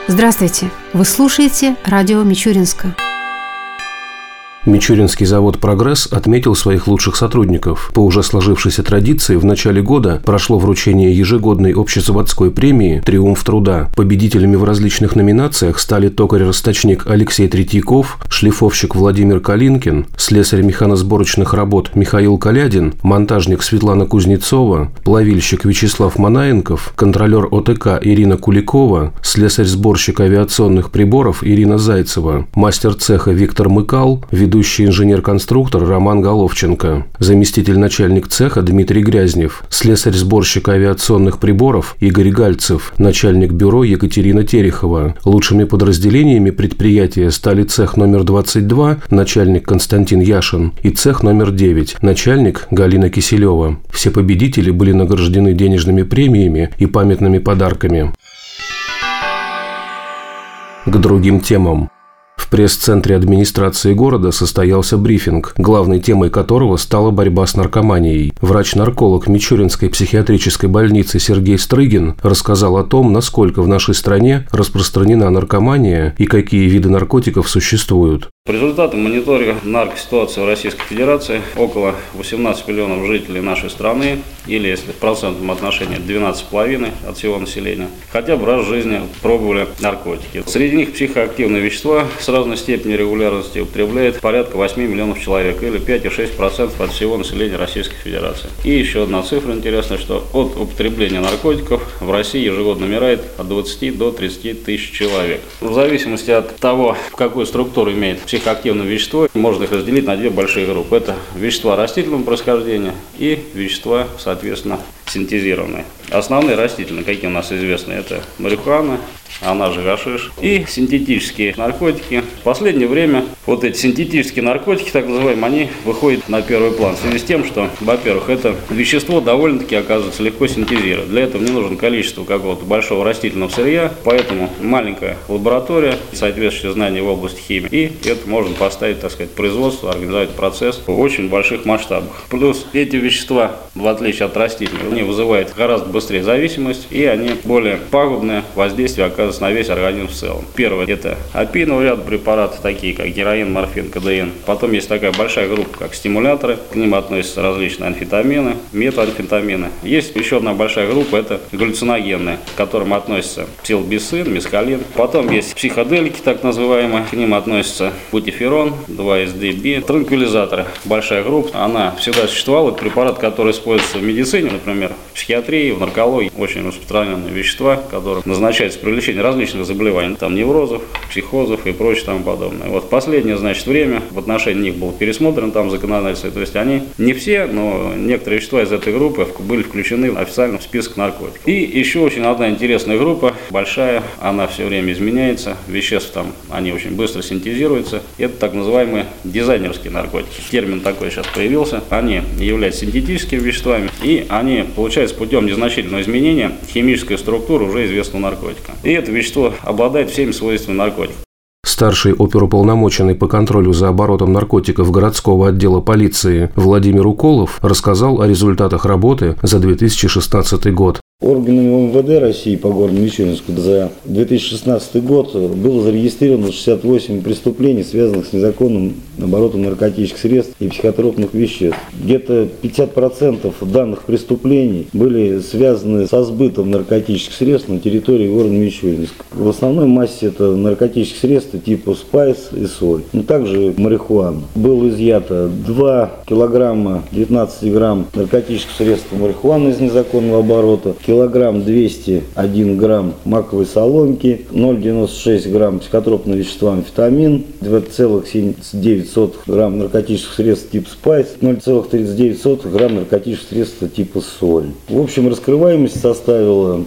Здравствуйте! Вы слушаете радио Мичуринска. Мичуринский завод «Прогресс» отметил своих лучших сотрудников. По уже сложившейся традиции в начале года прошло вручение ежегодной общезаводской премии «Триумф труда». Победителями в различных номинациях стали токарь-росточник Алексей Третьяков, шлифовщик Владимир Калинкин, слесарь механосборочных работ Михаил Калядин, монтажник Светлана Кузнецова, плавильщик Вячеслав Манаенков, контролер ОТК Ирина Куликова, слесарь-сборщик авиационных приборов Ирина Зайцева, мастер цеха Виктор Мыкал, ведущий инженер-конструктор Роман Головченко, заместитель начальник цеха Дмитрий Грязнев, слесарь-сборщик авиационных приборов Игорь Гальцев, начальник бюро Екатерина Терехова. Лучшими подразделениями предприятия стали цех номер 22, начальник Константин Яшин, и цех номер 9, начальник Галина Киселева. Все победители были награждены денежными премиями и памятными подарками. К другим темам. В пресс-центре администрации города состоялся брифинг, главной темой которого стала борьба с наркоманией. Врач-нарколог Мичуринской психиатрической больницы Сергей Стрыгин рассказал о том, насколько в нашей стране распространена наркомания и какие виды наркотиков существуют. По результатам мониторинга наркоситуации в Российской Федерации около 18 миллионов жителей нашей страны, или если в процентном отношении 12,5% от всего населения, хотя бы раз в жизни пробовали наркотики. Среди них психоактивные вещества с разной степенью регулярности употребляет порядка 8 миллионов человек, или 5,6% от всего населения Российской Федерации. И еще одна цифра интересная, что от употребления наркотиков в России ежегодно умирает от 20 до 30 тысяч человек. В зависимости от того, какую структуру имеет психоактивное вещество, можно их разделить на две большие группы. Это вещества растительного происхождения и вещества, соответственно, синтезированные. Основные растительные, какие у нас известны, это марихуана, она же гашиш, и синтетические наркотики. В последнее время вот эти синтетические наркотики, так называемые, они выходят на первый план в связи с тем, что, во-первых, это вещество довольно-таки, оказывается, легко синтезировать. Для этого не нужно количество какого-то большого растительного сырья, поэтому маленькая лаборатория, соответствующее знание в области химии, и это можно поставить, так сказать, производство, организовать процесс в очень больших масштабах. Плюс эти вещества, в отличие от растительных, они вызывают гораздо быстрее зависимость, и они более пагубное воздействие оказывают на весь организм в целом. Первое – это опийного ряда препараты, такие как героин, морфин, кодеин. Потом есть такая большая группа, как стимуляторы. К ним относятся различные амфетамины, метамфетамины. Есть еще одна большая группа – это галлюциногенные, к которым относятся псилбицин, мескалин. Потом есть психоделики, так называемые. К ним относятся бутиферон, 2,4-D, транквилизаторы. Большая группа. Она всегда существовала. Это препарат, который используется в медицине, например, в психиатрии, в наркологии. Очень распространенные вещества, которые назначаются при лечении различных заболеваний, там неврозов, психозов и прочее тому подобное. Вот последнее, значит, время в отношении них был пересмотрен там законодательство, то есть они не все, но некоторые вещества из этой группы были включены официально в список наркотиков. И еще очень одна интересная группа, большая, она все время изменяется, веществ там, они очень быстро синтезируются, это так называемые дизайнерские наркотики. Термин такой сейчас появился, они являются синтетическими веществами, и они получаются путем незначительного изменения химической структуры уже известного наркотика. И это вещество обладает всеми свойствами наркотиков. Старший оперуполномоченный по контролю за оборотом наркотиков городского отдела полиции Владимир Уколов рассказал о результатах работы за 2016 год. Органами МВД России по городу Мичуринску за 2016 год было зарегистрировано 68 преступлений, связанных с незаконным оборотом наркотических средств и психотропных веществ. Где-то 50% данных преступлений были связаны со сбытом наркотических средств на территории города Мичуринск. В основной массе это наркотические средства типа спайс и соль, но также марихуана. Было изъято 2 килограмма 19 грамм наркотических средств марихуаны из незаконного оборота, килограмм 201 грамм маковой соломки, 0,96 грамм психотропного вещества амфетамин, 2,79 грамм наркотических средств типа спайс, 0,39 грамм наркотических средств типа соль. В общем, раскрываемость составила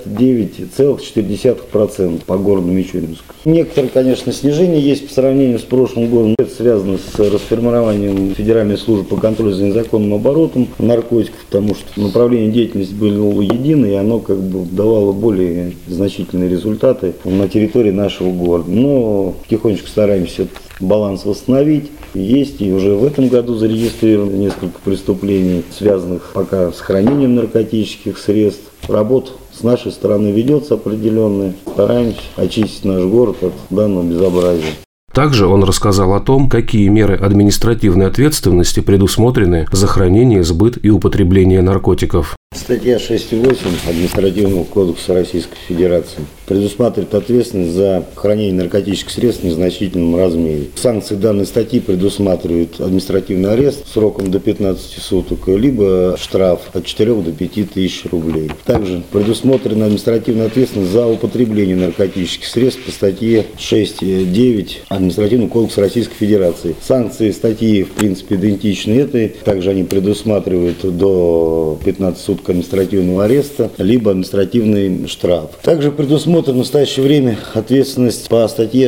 59,4% по городу Мичуринску. Некоторые, конечно, снижение есть по сравнению с прошлым годом. Это связано с расформированием Федеральной службы по контролю за незаконным оборотом наркотиков, потому что направление деятельности было единое, и оно как бы давало более значительные результаты на территории нашего города. Но потихонечку стараемся этот баланс восстановить. Есть и уже в этом году зарегистрировано несколько преступлений, связанных пока с хранением наркотических средств. Работа с нашей стороны ведется определенная. Стараемся очистить наш город от данного безобразия. Также он рассказал о том, какие меры административной ответственности предусмотрены за хранение, сбыт и употребление наркотиков. Статья 6.8 Административного кодекса Российской Федерации предусматривает ответственность за хранение наркотических средств в незначительном размере. Санкции данной статьи предусматривают административный арест сроком до 15 суток, либо штраф от 4 до 5 тысяч рублей. Также предусмотрена административная ответственность за употребление наркотических средств по статье 6.9 Административного кодекса Российской Федерации. Санкции статьи, в принципе, идентичны этой. Также они предусматривают до 15 суток административного ареста, либо административный штраф. Также предусмотрена в настоящее время ответственность по статье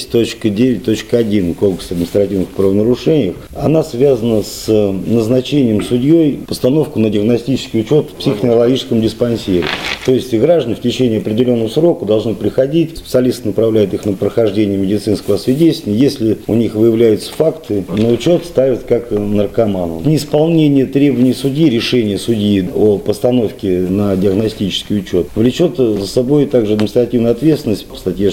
6.9.1 Кодекса административных правонарушений. Она связана с назначением судьей постановку на диагностический учет в психоневрологическом диспансере. То есть граждане в течение определенного срока должны приходить, специалист направляет их на прохождение медицинского освидетельствования. Если у них выявляются факты, на учет ставят как наркоманов. Неисполнение требований судьи, решение судьи о постановке на диагностический учет влечет за собой также административную ответственность по статье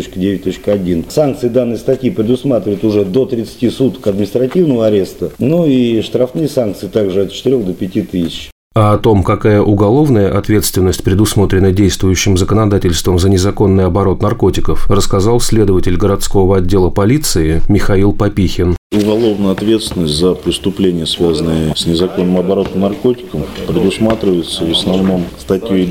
6.9.1. Санкции данной статьи предусматривают уже до 30 суток административного ареста, ну и штрафные санкции также от 4 до 5 тысяч. А о том, какая уголовная ответственность предусмотрена действующим законодательством за незаконный оборот наркотиков, рассказал следователь городского отдела полиции Михаил Попихин. Уголовная ответственность за преступления, связанные с незаконным оборотом наркотиков, предусматривается в основном статьей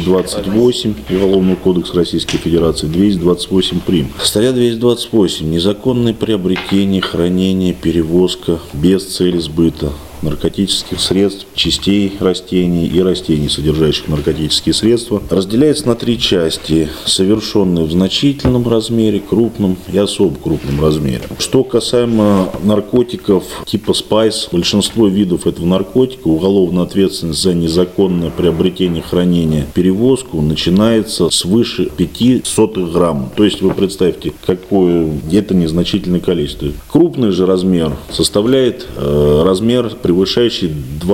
228 Уголовного кодекса Российской Федерации, 228 прим. Статья 228. Незаконное приобретение, хранение, перевозка без цели сбыта наркотических средств, частей растений и растений, содержащих наркотические средства, разделяется на 3 части: совершенные в значительном размере, крупном и особо крупном размере. Что касаемо наркотиков типа спайс, большинство видов этого наркотика, уголовная ответственность за незаконное приобретение, хранение, перевозку начинается свыше 0,05 грамм. То есть вы представьте, какое это незначительное количество. Крупный же размер составляет размер, превышающий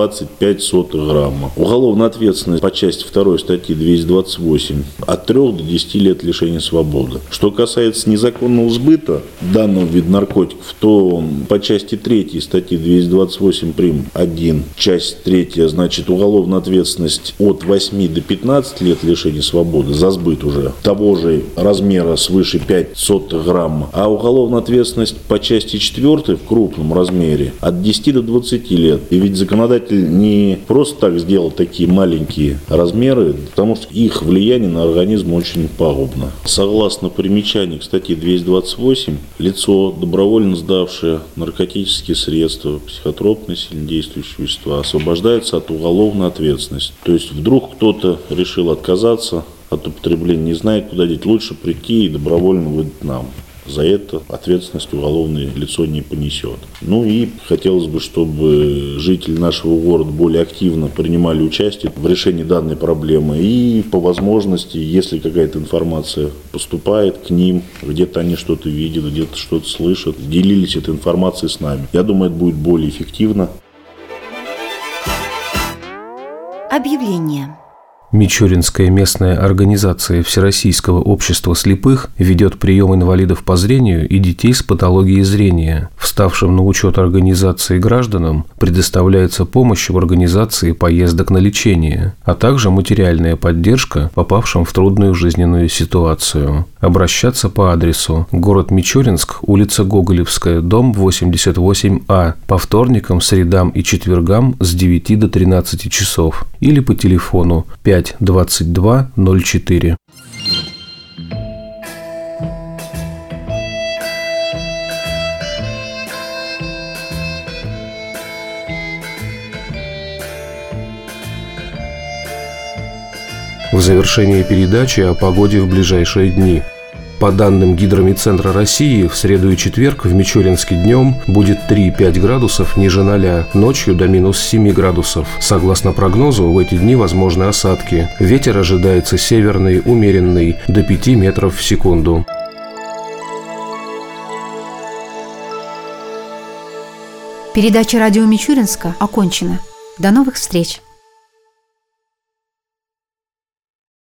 0,25 грамма. Уголовная ответственность по части 2 статьи 228 от 3 до 10 лет лишения свободы. Что касается незаконного сбыта данного вида наркотиков, то по части 3 статьи 228 прим. 1, часть 3, значит, уголовная ответственность от 8 до 15 лет лишения свободы за сбыт уже того же размера свыше 0,05 грамма. А уголовная ответственность по части 4 в крупном размере от 10 до 20 лет. И ведь законодатель не просто так сделал такие маленькие размеры, потому что их влияние на организм очень пагубно. Согласно примечанию к статье 228, лицо, добровольно сдавшее наркотические средства, психотропные, сильнодействующие вещества, освобождается от уголовной ответственности. То есть вдруг кто-то решил отказаться от употребления, не знает, куда деть, лучше прийти и добровольно выдать нам. За это ответственность уголовное лицо не понесет. Ну и хотелось бы, чтобы жители нашего города более активно принимали участие в решении данной проблемы. И по возможности, если какая-то информация поступает к ним, где-то они что-то видят, где-то что-то слышат, делились этой информацией с нами. Я думаю, это будет более эффективно. Объявление. Мичуринская местная организация Всероссийского общества слепых ведет прием инвалидов по зрению и детей с патологией зрения. Вставшим на учет организации гражданам предоставляется помощь в организации поездок на лечение, а также материальная поддержка попавшим в трудную жизненную ситуацию. Обращаться по адресу: город Мичуринск, улица Гоголевская, дом 88А, по вторникам, средам и четвергам с 9 до 13 часов или по телефону 52204. В завершении передачи о погоде в ближайшие дни. По данным Гидромедцентра России, в среду и четверг в Мичуринске днем будет 3-5 градусов ниже 0, ночью до минус 7 градусов. Согласно прогнозу, в эти дни возможны осадки. Ветер ожидается северный, умеренный, до 5 метров в секунду. Передача радио Мичуринска окончена. До новых встреч!